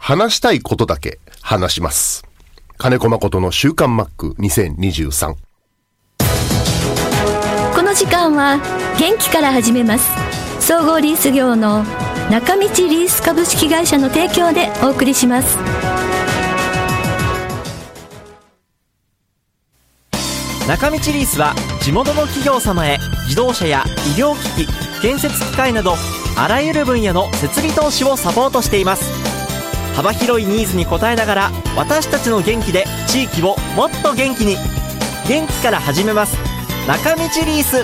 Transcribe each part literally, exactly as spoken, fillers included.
話したいことだけ話します。金子誠の週刊マックにせんにじゅうさん。 この時間は元気から始めます。総合リース業の中道リース株式会社の提供でお送りします。 中道リースは地元の企業様へ自動車や医療機器、建設機械などあらゆる分野の設備投資をサポートしています。幅広いニーズに応えながら私たちの元気で地域をもっと元気に。元気から始めます。中道リース。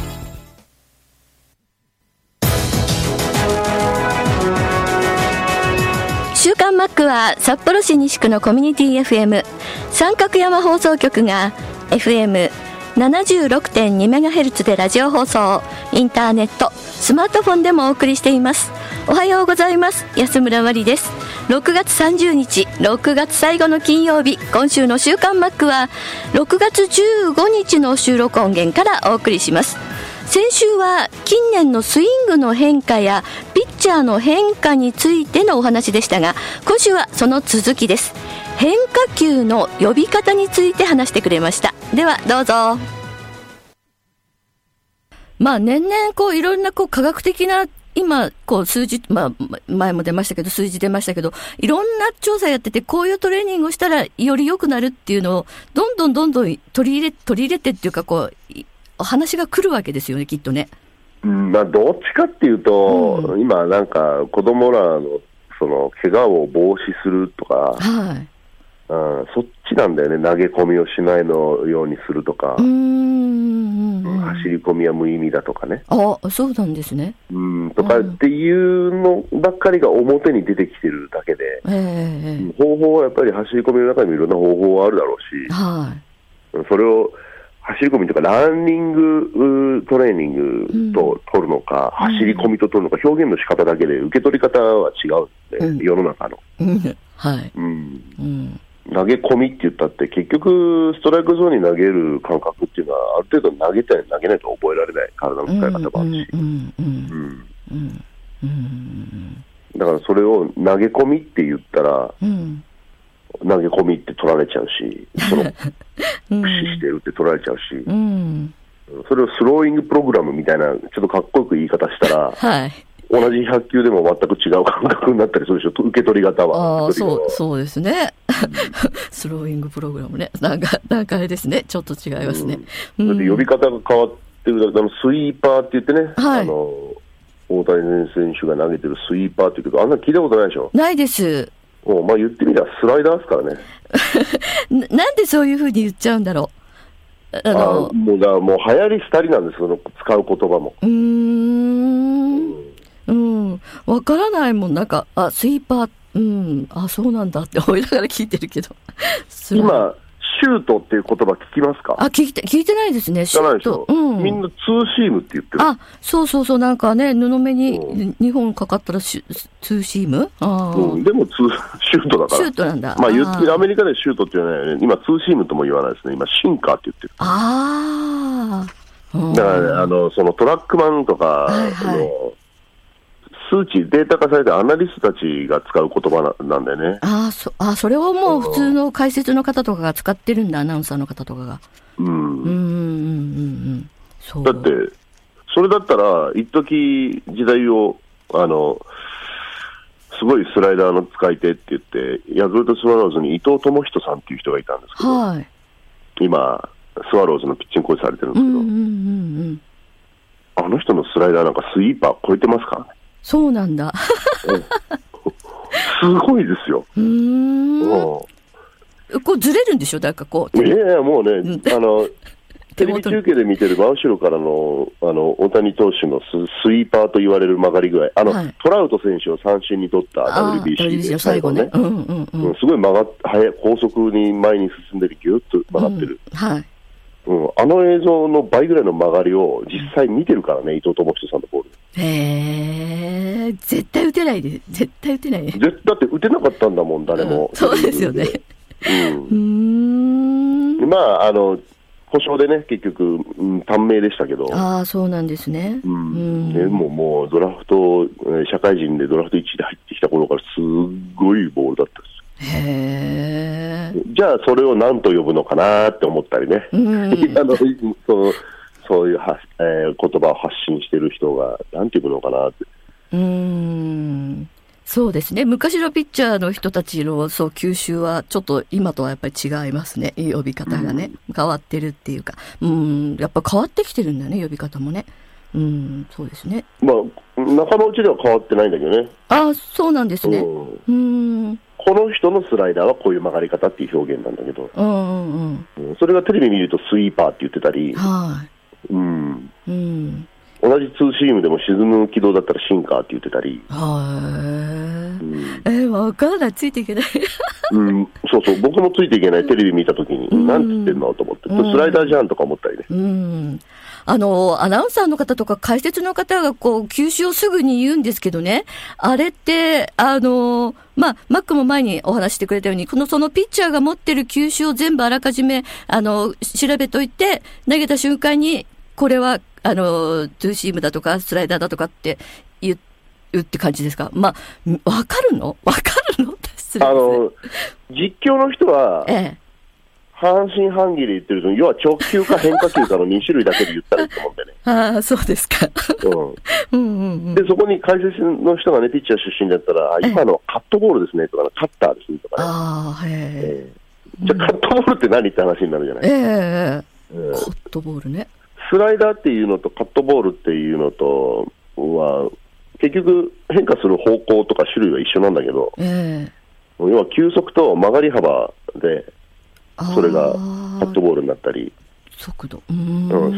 週刊マックは札幌市西区のコミュニティ エフエム 三角山放送局が エフエムななじゅうろくてんにメガヘルツ でラジオ放送、インターネット、スマートフォンでもお送りしています。おはようございます。安村まりです。ろくがつさんじゅうにち、ろくがつ最後の金曜日、今週の週刊マックはろくがつじゅうごにちの収録音源からお送りします。先週は近年のスイングの変化やピッチャーの変化についてのお話でしたが、今週はその続きです。変化球の呼び方について話してくれました。ではどうぞ。まあ年々こういろんなこう科学的な今こう数字、まあ前も出ましたけど数字出ましたけど、いろんな調査やってて、こういうトレーニングをしたらより良くなるっていうのをどんどんどんどん取り入れ取り入れてっていうか、こう話が来るわけですよね、きっとね。 うん、まあどっちかっていうと、うん、今なんか子供らのその怪我を防止するとか、はい、うん、そっちなんだよね。投げ込みをしないのようにするとか、うーん、うん、走り込みは無意味だとかね。 あ、そうなんですね。 うんとかっていうのばっかりが表に出てきてるだけで、えー、方法はやっぱり走り込みの中にもいろんな方法はあるだろうし、はい、それを走り込みとかランニングトレーニングと取るのか、うん、走り込みと取るのか、表現の仕方だけで受け取り方は違うんで、うん、世の中の、はい、うんうん、投げ込みって言ったって結局ストライクゾーンに投げる感覚っていうのはある程度投げたり投げないと覚えられない体の使い方もあるし、だからそれを投げ込みって言ったら、うん、投げ込みって取られちゃうし、その駆使してるって取られちゃうし、うん、それをスローイングプログラムみたいなちょっとかっこよく言い方したら、はい、同じひゃく球でも全く違う感覚になったりするでしょ、受け取り方は。 あ、そう、そうですね。スローイングプログラムね、なんか、なんかあれですね、ちょっと違いますね。 うん、だって呼び方が変わってる、あのスイーパーって言ってね、はい、あの大谷選手が投げてるスイーパーって言うけど、あんな聞いたことないでしょ。 ないです。 お、まあ、言ってみればスライダーですからね。 な, なんでそういうふうに言っちゃうんだろう。あのあもうだもう流行り廃りなんです、その使う言葉も。 うーん、うん、わからないもん。なんかあスイーパー、うん、あそうなんだって思いながら聞いてるけど。 今シュートっていう言葉聞きますか？ あ、聞いて聞いてないですね。シュート、うん、みんなツーシームって言ってる。 あ、そうそうそう、なんかね、布目ににほんかかったらシュツーシーム。あ、 うん、でもツーシュートだから。 シュートなんだ。 まあ言ってるアメリカでシュートって言わないよね。今ツーシームとも言わないですね。今シンカーって言ってる。 ああ。 だから、ね、あのそのトラックマンとか、はいはい、の数値データ化されてアナリストたちが使う言葉 な, なんだよね。 あ そ, あそれをもう普通の解説の方とかが使ってるんだ、アナウンサーの方とかが。うんうんうんうん、そうだってそれだったら一時時代をあのすごいスライダーの使い手って言ってヤクルトスワローズに伊藤智人さんっていう人がいたんですけど、はい、今スワローズのピッチングコーチされてるんですけど、うんうんうんうん、あの人のスライダーなんかスイーパー超えてますからね。 そうなんだ。 すごいですよ。うーん、 こうずれるんでしょ、だからこう。 いやいやもうね、うん、あのテレビ中継で見てる真後ろからのあの大谷投手の ス, スイーパーと言われる曲がり具合、あの、はい、トラウト選手を三振に取った ダブリュービーシー で最後ね、うんうんうん、すごい曲がっ早高速に前に進んでる、ギュッと曲がってる、うん、はい、うん、あの映像の倍ぐらいの曲がりを実際見てるからね、伊藤智人さんのボール。 へー、絶対打てないで、絶対打てない。 だって打てなかったんだもん、誰も。 うん、そうですよね。うん、うーん、 まああの故障でね、結局、うん、短命でしたけど。 ああ、そうなんですね。うん、うん、 でももうドラフト、社会人でドラフトいちいで入ってきた頃からすっごいボールじゃあそれを何と呼ぶのかなって思ったりね、うん、あのそのそういうは、えー、言葉を発信してる人が何て呼ぶのかなって。 うーん、そうですね。昔のピッチャーの人たちのそう球種はちょっと今とはやっぱり違いますね。呼び方がね、うん、変わってるっていうか、うん、やっぱ変わってきてるんだね、呼び方もね。うん、そうですね。 まあ仲間内では変わってないんだけどね。 ああ、そうなんですね。うん、うん、 この人のスライダーはこういう曲がり方っていう表現なんだけど、 うんうんうん、 それがテレビ見るとスイーパーって言ってたり、 はい、 うんうん、 同じツーシームでも沈む軌道だったらシンカーって言ってたり、 はい、うん、えー、分からない、ついていけない、 うん、そうそう、僕もついていけない。テレビ見たときに、うん、なんて言ってんのと思って、うん、スライダーじゃんとか思ったりね、 うん、あのアナウンサーの方とか解説の方がこう球種をすぐに言うんですけどね、あれってあのまあ、マックも前にお話してくれたように、このそのピッチャーが持ってる球種を全部あらかじめあの調べといて、投げた瞬間にこれはあのツーシームだとかスライダーだとかって言うって感じですか。まあ、わかるのわかるの失礼ですね。 あの実況の人は、ええ、半信半疑で言ってると、要は直球か変化球かのに種類だけで言ったらいいと思うんでね。 ああ、そうですか。うん、うんうんうん。 で、そこに解説の人がね、ピッチャー出身だったら、あ、今のカットボールですねとか、カッターですねとかね。 ああ、へえ。 じゃあ、カットボールって何って話になるじゃない。 えええー、カットボールね。 スライダーっていうのとカットボールっていうのとは、結局変化する方向とか種類は一緒なんだけど、えー、要は球速と曲がり幅で、それがカットボールになったり、 速度、 うん、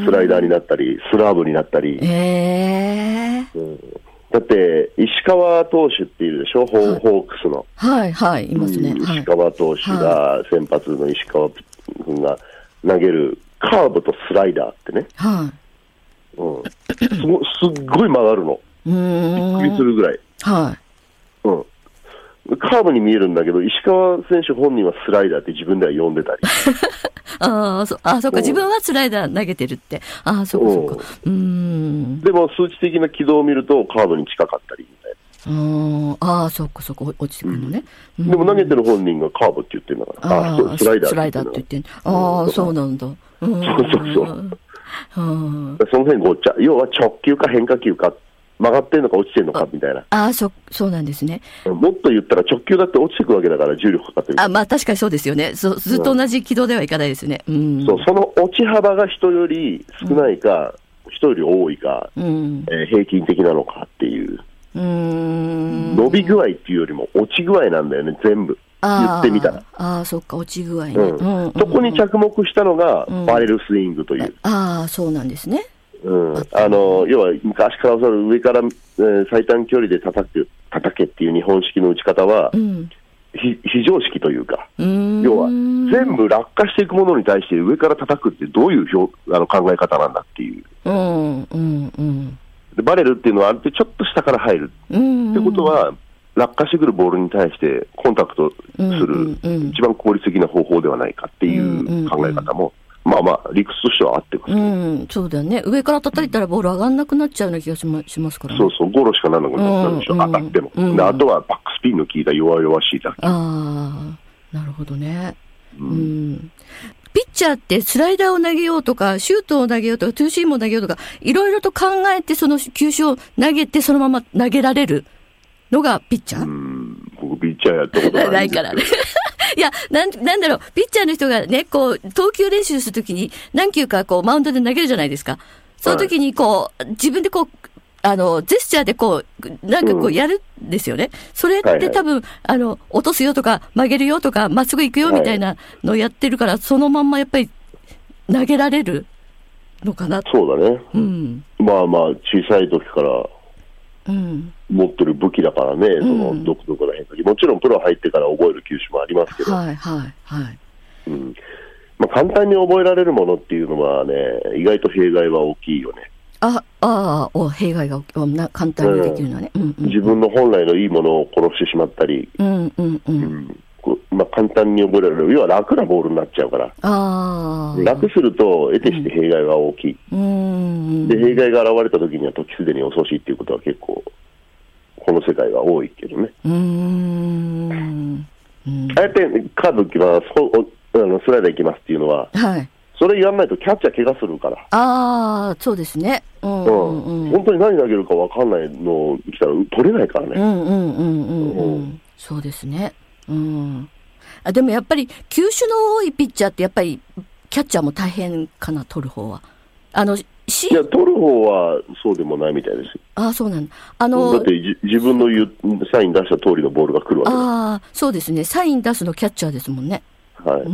スライダーになったり、スラーブになったり、えーうん、だって石川投手っていうでしょ、ホー、ホークスの、 はいはい、いますね、 うん、石川投手が、先発の石川君が投げるカーブとスライダーってね、はいうん、すご、すっごい曲がるの、びっくりするぐらい。はいうんカーブに見えるんだけど、石川選手本人はスライダーって自分では呼んでたり。 ああ、そ、あ、そっか、自分はスライダー投げてるって。ああ、そっか、そっか。うーん。 でも、数値的な軌道を見ると、カーブに近かったりみたいな。ああ、そっか、そっか、落ちてくるのね。 うん、でも、投げてる本人がカーブって言ってるんだから。ああ、そう、スライダーって言ってる。 スライダーって言ってる。ああ、そうなんだ。 そうそうそう。その辺ごっちゃ。要は直球か変化球か。曲がってるのか落ちてるのかみたいな。 ああ、そ、そうなんですね。 もっと言ったら直球だって落ちてくわけだから重力かかってる。 あ、まあ確かにそうですよね。そずっと同じ軌道ではいかないですね。うん。 そう、その落ち幅が人より少ないか、うん、人より多いか、うんえー、平均的なのかっていう。うーん。伸び具合っていうよりも落ち具合なんだよね、全部。言ってみたら。 ああ、そっか、落ち具合ね。 うんうんうん、そこに着目したのが、バレルスイングという。うん、 ああ、そうなんですね。 うん、あの要は昔から教わる上から、えー、最短距離で叩く叩けっていう日本式の打ち方は、うん、非常識というか、う要は全部落下していくものに対して上から叩くってどういう表あの考え方なんだっていう、うんうんうん、でバレルっていうのはあれってちょっと下から入る、うんうん、ってことは落下してくるボールに対してコンタクトする、うんうんうん、一番効率的な方法ではないかっていう考え方も、うんうんうんまあまあ、理屈としては合ってます、ね。 うん、そうだよね。上から叩いたらボール上がんなくなっちゃうような気がしま、しますからね。 そうそう、ゴロしかならなくなるでしょ、うん、当たっても、うん、で。あとはバックスピンの効いた弱々しいだけ。 ああ、なるほどね。うん。うん、ピッチャーってスライダーを投げようとか、シュートを投げようとか、ツーシームを投げようとか、いろいろと考えてその球種を投げてそのまま投げられるのがピッチャー？ うん、僕ピッチャーやったことない。 ないからね。いや、なん、なんだろう、ピッチャーの人がね、こう、投球練習するときに、何球かこう、マウンドで投げるじゃないですか。その時にこう、自分でこう、あの、ジェスチャーでこう、なんかこう、やるんですよね。うん、それって多分、はいはい、あの、落とすよとか、曲げるよとか、まっすぐ行くよみたいなのをやってるから、はい、そのまんまやっぱり、投げられるのかな。 そうだね。うん。まあまあ、小さい時から、うん、持ってる武器だからね、その独特な変化球、うん、もちろんプロ入ってから覚える球種もありますけど、はいはいはいうんまあ、簡単に覚えられるものっていうのはね、意外と弊害は大きいよね。 ああお弊害がな簡単にできるのはね、うんうんうん、 自分の本来のいいものを殺してしまったり、うんうんうんうんまあ、簡単に覚えられる、要は楽なボールになっちゃうから、あ楽すると得てして弊害が大きい、うん、で弊害が現れた時には時すでに遅しっていうことは結構この世界は多いけどね。うーんうんああやってカカーブ行きますあのスライダー行きますっていうのは、はい、それやんないとキャッチャー怪我するから。 ああ、そうですね、うんうんうん、 本当に何投げるか分かんないの来たら取れないからね。 うんうんうんうん、うん、そうですね、うん、あでもやっぱり球種の多いピッチャーってやっぱりキャッチャーも大変かな、取る方は。あのしいや取る方はそうでもないみたいです。 ああ、そうなんだ。あのだってじ自分の言うサイン出した通りのボールが来るわけです。 ああ、そうですね、サイン出すのキャッチャーですもんね。 はい、 うん、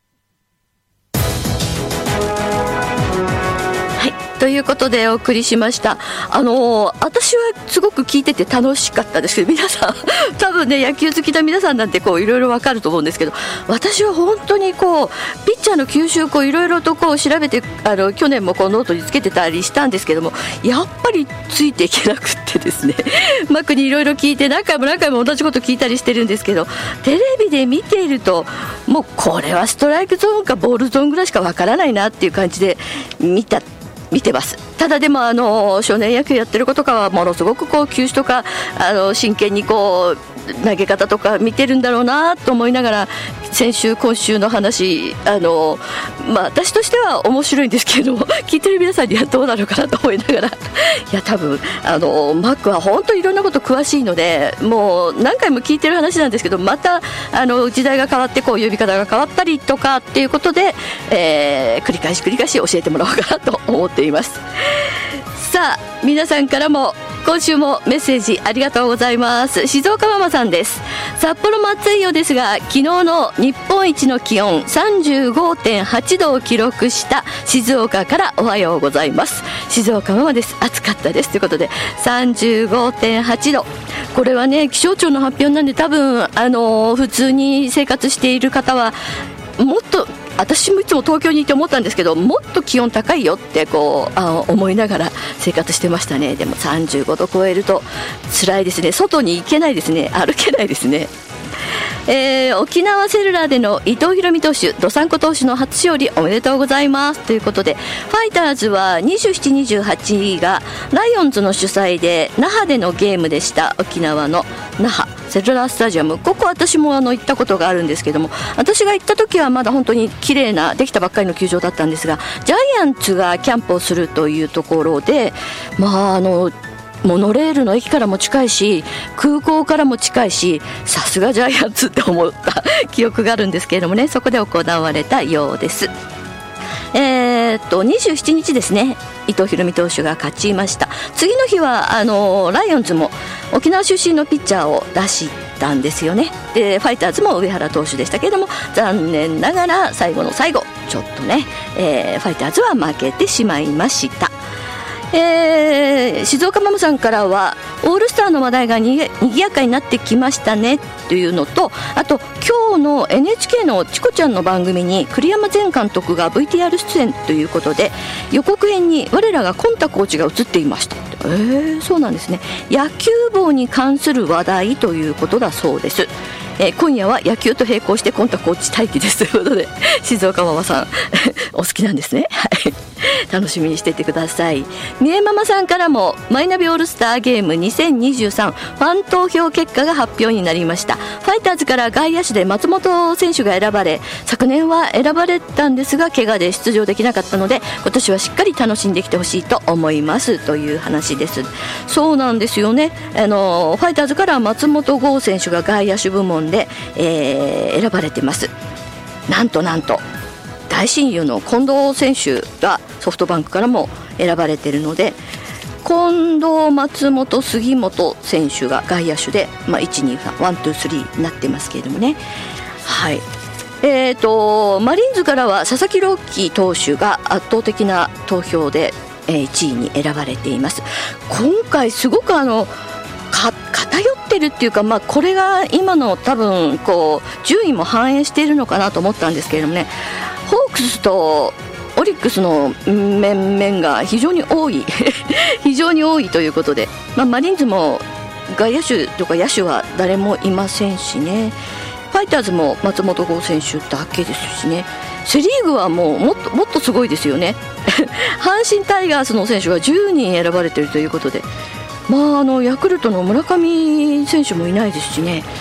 ということでお送りしました。あのー、私はすごく聞いてて楽しかったですけど、皆さん多分ね、野球好きな皆さんなんてこういろいろわかると思うんですけど、私は本当にこうピッチャーの球種をこういろいろとこう調べて、あの去年もこうノートにつけてたりしたんですけども、やっぱりついていけなくってですねマックにいろいろ聞いて何回も何回も同じこと聞いたりしてるんですけど、テレビで見ているともうこれはストライクゾーンかボールゾーンぐらいしかわからないなっていう感じで見た見てます。ただでもあの少年野球やってる子とかはものすごくこう球種とかあの真剣にこう投げ方とか見てるんだろうなと思いながら、先週今週の話あの、まあ、私としては面白いんですけれども、聞いてる皆さんにはどうなのかなと思いながらいや多分あのマックは本当にいろんなこと詳しいので、もう何回も聞いてる話なんですけど、またあの時代が変わってこう呼び方が変わったりとかっていうことで、えー、繰り返し繰り返し教えてもらおうかなと思っています。さあ皆さんからも今週もメッセージありがとうございます。静岡ママさんです。札幌も暑いようですが、昨日の日本一の気温 さんじゅうごてんはちどを記録した静岡からおはようございます。静岡ママです。暑かったですということで さんじゅうごてんはちど、これはね気象庁の発表なんで、多分あの普通に生活している方はもっと、私もいつも東京にいて思ったんですけど、もっと気温高いよってこうあ思いながら生活してましたね。でもさんじゅうごど超えると辛いですね。外に行けないですね。歩けないですね。えー、沖縄セルラーでの伊藤大海投手、どさんこ投手の初勝利おめでとうございますということで、ファイターズはにじゅうなな、にじゅうはちがライオンズの主催で那覇でのゲームでした。沖縄の那覇セルラースタジアム、ここ私もあの行ったことがあるんですけども、私が行った時はまだ本当に綺麗なできたばっかりの球場だったんですが、ジャイアンツがキャンプをするというところで、まああのモノレールの駅からも近いし空港からも近いし、さすがジャイアンツって思った記憶があるんですけれどもね、そこで行われたようです。えー、っとにじゅうしちにちですね、伊藤大海投手が勝ちました。次の日はあのライオンズも沖縄出身のピッチャーを出したんですよね。でファイターズも上原投手でしたけれども、残念ながら最後の最後ちょっとね、えー、ファイターズは負けてしまいました。えー、静岡ママさんからはオールスターの話題がにぎやかになってきましたねというのと、あと今日の エヌエイチケー のチコちゃんの番組に栗山前監督が ブイティーアール 出演ということで、予告編に我らがコンタコーチが映っていました。えー、そうなんですね。野球帽に関する話題ということだそうです。えー、今夜は野球と並行してコンタコーチ待機ですということで、静岡ママさんお好きなんですね。はい、楽しみにしていてください。三重ママさんからもマイナビオールスターゲームにせんにじゅうさんファン投票結果が発表になりました。ファイターズから外野手で松本選手が選ばれ、昨年は選ばれたんですが怪我で出場できなかったので、今年はしっかり楽しんできてほしいと思いますという話です。そうなんですよね。あのファイターズから松本剛選手が外野手部門で、えー、選ばれてます。なんとなんと大親友の近藤選手がソフトバンクからも選ばれているので、近藤、松本、杉本選手が外野手で、まあ、いち、に、さん、ワン、ツー、スリーになってますけれどもね。はい。えーと、マリーンズからは佐々木朗希投手が圧倒的な投票で、えー、いちいに選ばれています。今回すごくあのか偏ってるっていうか、まあ、これが今の多分こう順位も反映しているのかなと思ったんですけれどもね、ホークスとオリックスの面々が非常に多い非常に多いということで、まあ、マリーンズも外野手とか野手は誰もいませんしね、ファイターズも松本剛選手だけですしね、セリーグはもうもっともっとすごいですよね阪神タイガースの選手がじゅうにん選ばれているということで、まあ、あのヤクルトの村上選手もいないですしね、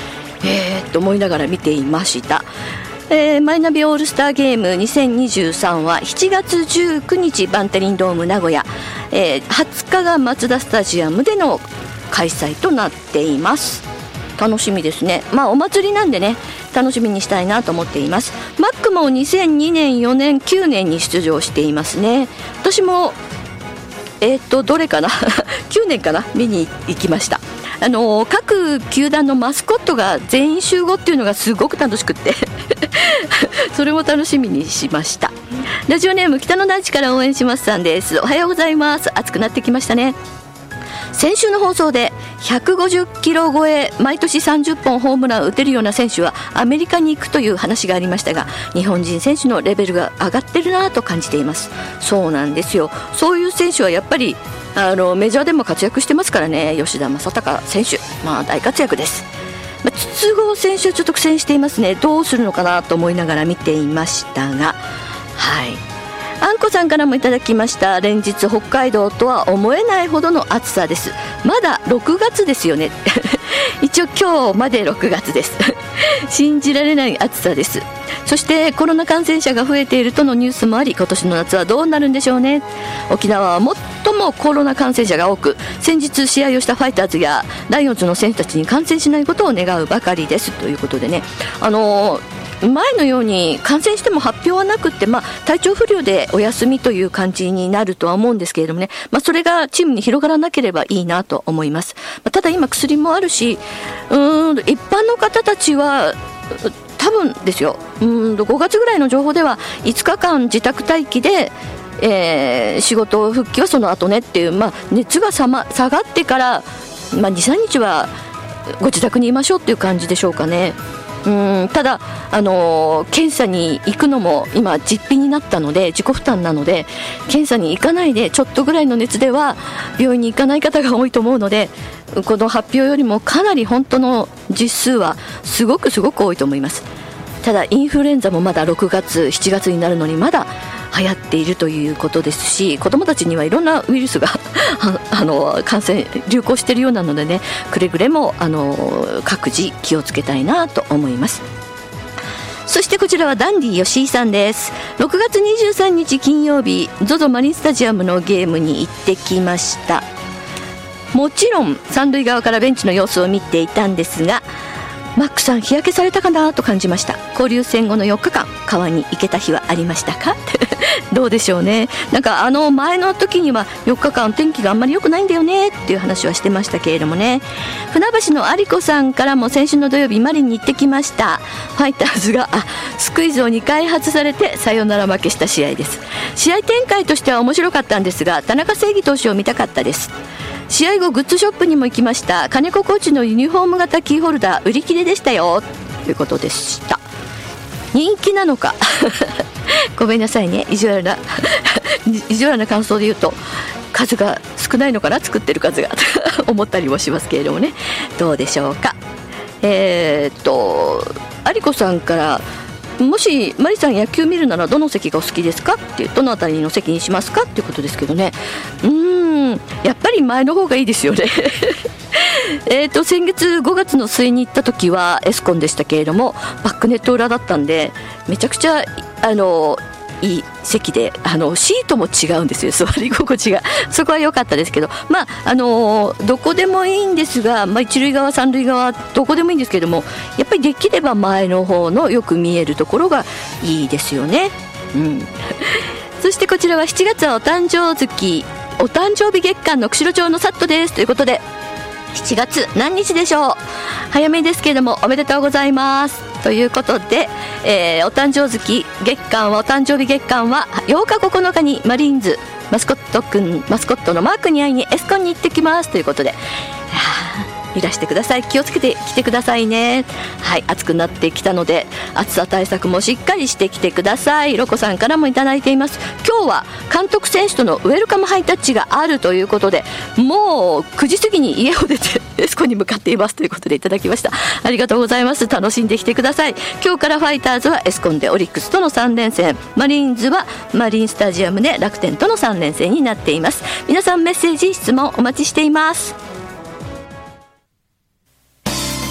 えー、と思いながら見ていました。えー、マイナビオールスターゲームにせんにじゅうさんはしちがつじゅうくにちバンテリンドーム名古屋、えー、はつかがマツダスタジアムでの開催となっています。楽しみですね。まあお祭りなんでね、楽しみにしたいなと思っています。マックもにせんにねん、よねん、きゅうねんに出場していますね。私もえっ、ー、とどれかなきゅうねんかな、見に行きました。あの各球団のマスコットが全員集合っていうのがすごく楽しくってそれも楽しみにしました。ラジオネーム北の大地から応援しますさんです。おはようございます。暑くなってきましたね。先週の放送でひゃくごじゅっキロ超え、毎年さんじゅっぽんホームラン打てるような選手はアメリカに行くという話がありましたが、日本人選手のレベルが上がってるなと感じています。そうなんですよ。そういう選手はやっぱりあのメジャーでも活躍してますからね。吉田正尚選手、まあ、大活躍です。まあ、筒香選手はちょっと苦戦していますね。どうするのかなと思いながら見ていましたが、はい、あんこさんからもいただきました。連日北海道とは思えないほどの暑さです。まだろくがつですよね一応今日までろくがつです信じられない暑さです。そしてコロナ感染者が増えているとのニュースもあり、今年の夏はどうなるんでしょうね。沖縄は最もコロナ感染者が多く、先日試合をしたファイターズやライオンズの選手たちに感染しないことを願うばかりですということでね、あのー、前のように感染しても発表はなくって、まあ、体調不良でお休みという感じになるとは思うんですけれどもね、まあ、それがチームに広がらなければいいなと思います。まあ、ただ今薬もあるし、うーん一般の方たちは多分ですよ、うーんごがつぐらいの情報ではいつかかん自宅待機で、えー、仕事復帰はその後ねっていう、まあ、熱がさ、ま、下がってから、まあ、にさんにちはご自宅にいましょうっていう感じでしょうかね。うんただ、あのー、検査に行くのも今実費になったので自己負担なので、検査に行かないでちょっとぐらいの熱では病院に行かない方が多いと思うので、この発表よりもかなり本当の実数はすごくすごく多いと思います。ただインフルエンザもまだろくがつしちがつになるのにまだ流行っているということですし、子どもたちにはいろんなウイルスがあの感染流行しているようなのでね、くれぐれもあの各自気をつけたいなと思います。そしてこちらはダンディ吉井さんです。ろくがつにじゅうさんにち金曜日 ゾゾ マリンスタジアムのゲームに行ってきました。もちろん三塁側からベンチの様子を見ていたんですが、マックさん日焼けされたかなと感じました。交流戦後のよっかかん川に行けた日はありましたかどうでしょうね。なんかあの前の時にはよっかかん天気があんまり良くないんだよねっていう話はしてましたけれどもね。船橋の有子さんからも先週の土曜日マリンに行ってきました。ファイターズがあスクイズをにかい外されてサヨナラ負けした試合です。試合展開としては面白かったんですが、田中正義投手を見たかったです。試合後グッズショップにも行きました。金子コーチのユニフォーム型キーホルダー売り切れでしたよということでした。人気なのかごめんなさいね、意地悪な意地悪な感想で言うと数が少ないのかな、作ってる数が思ったりもしますけれどもね、どうでしょうか。えー、っと有子さんから、もしマリさん野球見るならどの席がお好きですかっていう、どのあたりの席にしますかっていうことですけどね、うーんやっぱり前の方がいいですよねえと先月ごがつの末に行った時はエスコンでしたけれども、バックネット裏だったんでめちゃくちゃあのいい席で、あのシートも違うんですよ、座り心地がそこは良かったですけど、まああのどこでもいいんですが、まあ、一塁側三塁側どこでもいいんですけども、やっぱりできれば前の方のよく見えるところがいいですよね、うん、そしてこちらはしちがつはお誕生月お誕生日月間の釧路町のサットですということで、しちがつ何日でしょう。早めですけれどもおめでとうございますということで、えー、お誕生月月間はお誕生日月間はようかここのかにマリーンズマスコットくんマスコットのマークに会いにエスコンに行ってきますということで、いらしてください。気をつけてきてくださいね。はい、暑くなってきたので暑さ対策もしっかりしてきてください。ロコさんからもいただいています。今日は監督選手とのウェルカムハイタッチがあるということで、もうくじ過ぎに家を出てエスコンに向かっていますということでいただきました。ありがとうございます。楽しんできてください。今日からファイターズはエスコンでオリックスとのさんれんせん、マリーンズはマリンスタジアムで楽天とのさんれんせんになっています。皆さんメッセージ質問お待ちしています。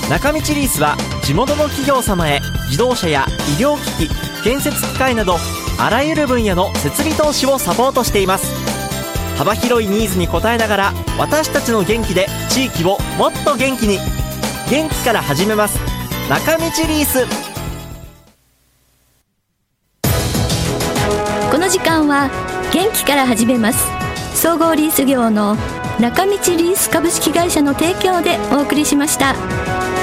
中道リースは地元の企業様へ自動車や医療機器、建設機械などあらゆる分野の設備投資をサポートしています。幅広いニーズに応えながら私たちの元気で地域をもっと元気に。元気から始めます。中道リース。 この時間は元気から始めます。総合リース業の中道リース株式会社の提供でお送りしました。